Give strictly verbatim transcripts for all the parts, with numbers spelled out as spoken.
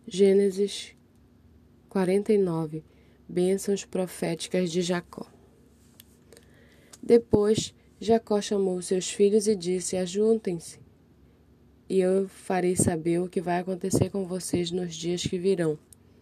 Gênesis quarenta e nove. Bênçãos proféticas de Jacó. Depois, Jacó chamou seus filhos e disse: Ajuntem-se, e eu farei saber o que vai acontecer com vocês nos dias que virão.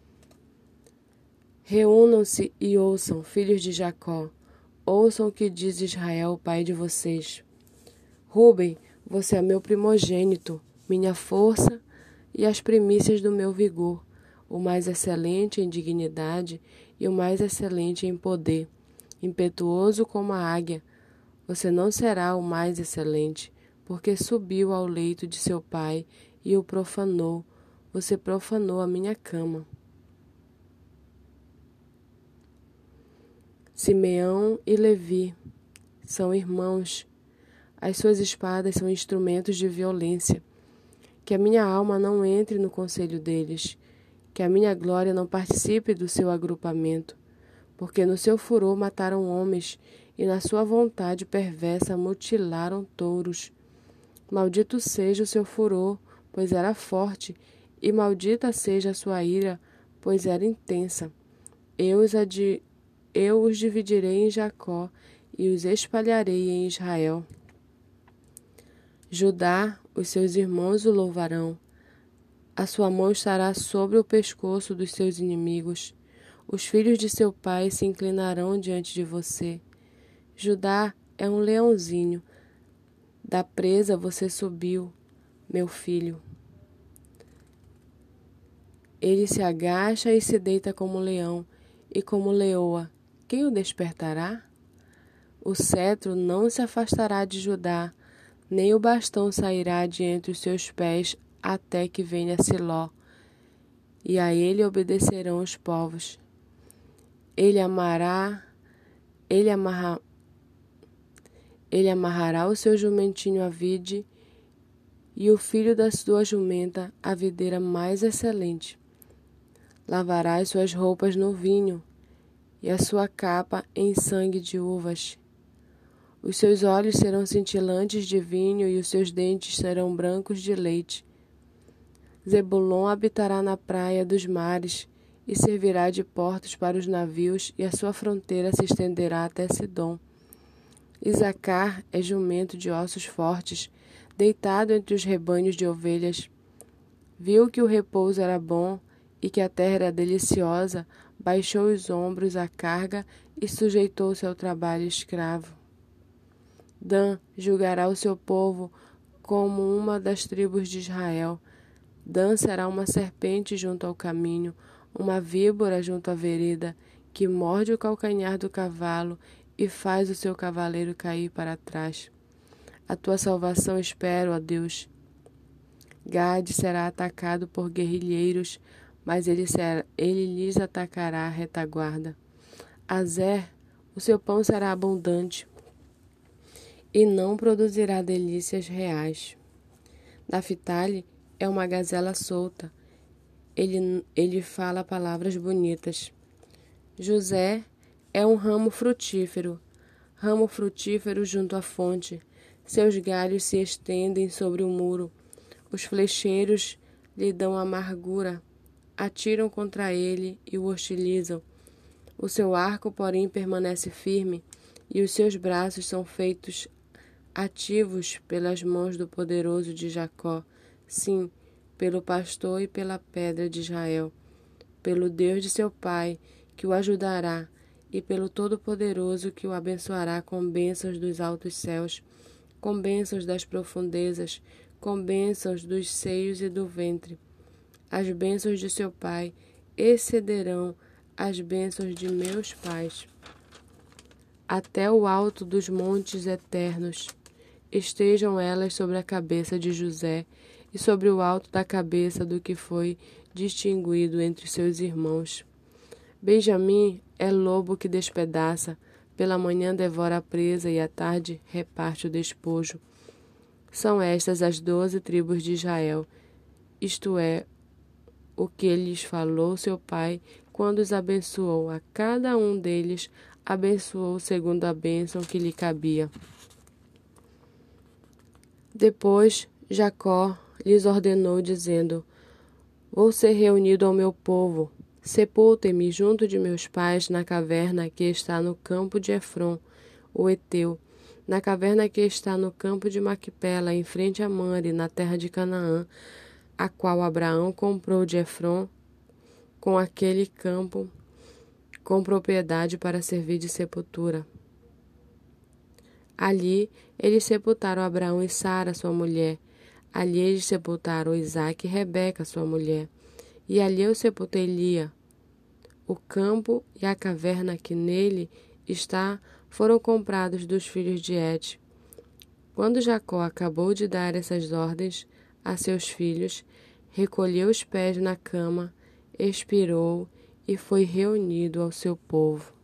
Reúnam-se e ouçam, filhos de Jacó. Ouçam o que diz Israel, pai de vocês. Rúben, você é meu primogênito, minha força e as primícias do meu vigor, o mais excelente em dignidade e o mais excelente em poder, impetuoso como a águia. Você não será o mais excelente, porque subiu ao leito de seu pai e o profanou. Você profanou a minha cama. Simeão e Levi são irmãos. As suas espadas são instrumentos de violência. Que a minha alma não entre no conselho deles, que a minha glória não participe do seu agrupamento, porque no seu furor mataram homens e na sua vontade perversa mutilaram touros. Maldito seja o seu furor, pois era forte, e maldita seja a sua ira, pois era intensa. Eu os, adi... Eu os dividirei em Jacó e os espalharei em Israel. Judá, os seus irmãos o louvarão. A sua mão estará sobre o pescoço dos seus inimigos. Os filhos de seu pai se inclinarão diante de você. Judá é um leãozinho. Da presa você subiu, meu filho. Ele se agacha e se deita como leão, e como leoa. Quem o despertará? O cetro não se afastará de Judá, nem o bastão sairá de entre os seus pés até que venha Siló, e a ele obedecerão os povos. Ele amará, ele amarra, ele amarrará o seu jumentinho à vide, e o filho da sua jumenta à videira mais excelente. Lavará as suas roupas no vinho, e a sua capa em sangue de uvas. Os seus olhos serão cintilantes de vinho e os seus dentes serão brancos de leite. Zebulon habitará na praia dos mares e servirá de portos para os navios, e a sua fronteira se estenderá até Sidom. Isacar é jumento de ossos fortes, deitado entre os rebanhos de ovelhas. Viu que o repouso era bom e que a terra era deliciosa, baixou os ombros à carga e sujeitou-se ao trabalho escravo. Dan julgará o seu povo como uma das tribos de Israel. Dan será uma serpente junto ao caminho, uma víbora junto à vereda, que morde o calcanhar do cavalo e faz o seu cavaleiro cair para trás. A tua salvação espero, ó Deus. Gade será atacado por guerrilheiros, mas ele, será, ele lhes atacará a retaguarda. Azer, o seu pão será abundante e não produzirá delícias reais. Naphtali é uma gazela solta. Ele, ele fala palavras bonitas. José é um ramo frutífero, ramo frutífero junto à fonte. Seus galhos se estendem sobre o muro. Os flecheiros lhe dão amargura, atiram contra ele e o hostilizam. O seu arco, porém, permanece firme, e os seus braços são feitos ativos pelas mãos do poderoso de Jacó, sim, pelo pastor e pela pedra de Israel, pelo Deus de seu pai, que o ajudará, e pelo Todo-Poderoso, que o abençoará com bênçãos dos altos céus, com bênçãos das profundezas, com bênçãos dos seios e do ventre. As bênçãos de seu pai excederão as bênçãos de meus pais, até o alto dos montes eternos. Estejam elas sobre a cabeça de José e sobre o alto da cabeça do que foi distinguido entre seus irmãos. Benjamim é lobo que despedaça, pela manhã devora a presa e à tarde reparte o despojo. São estas as doze tribos de Israel, isto é, o que lhes falou seu pai quando os abençoou. A cada um deles abençoou segundo a bênção que lhe cabia. Depois Jacó lhes ordenou, dizendo: Vou ser reunido ao meu povo. Sepultem-me junto de meus pais na caverna que está no campo de Efron, o Heteu, na caverna que está no campo de Maquipela, em frente a Mare, na terra de Canaã, a qual Abraão comprou de Efron, com aquele campo com propriedade para servir de sepultura. Ali eles sepultaram Abraão e Sara, sua mulher. Ali eles sepultaram Isaque e Rebeca, sua mulher. E ali eu sepultei Lia. O campo e a caverna que nele está foram comprados dos filhos de Et. Quando Jacó acabou de dar essas ordens a seus filhos, recolheu os pés na cama, expirou e foi reunido ao seu povo.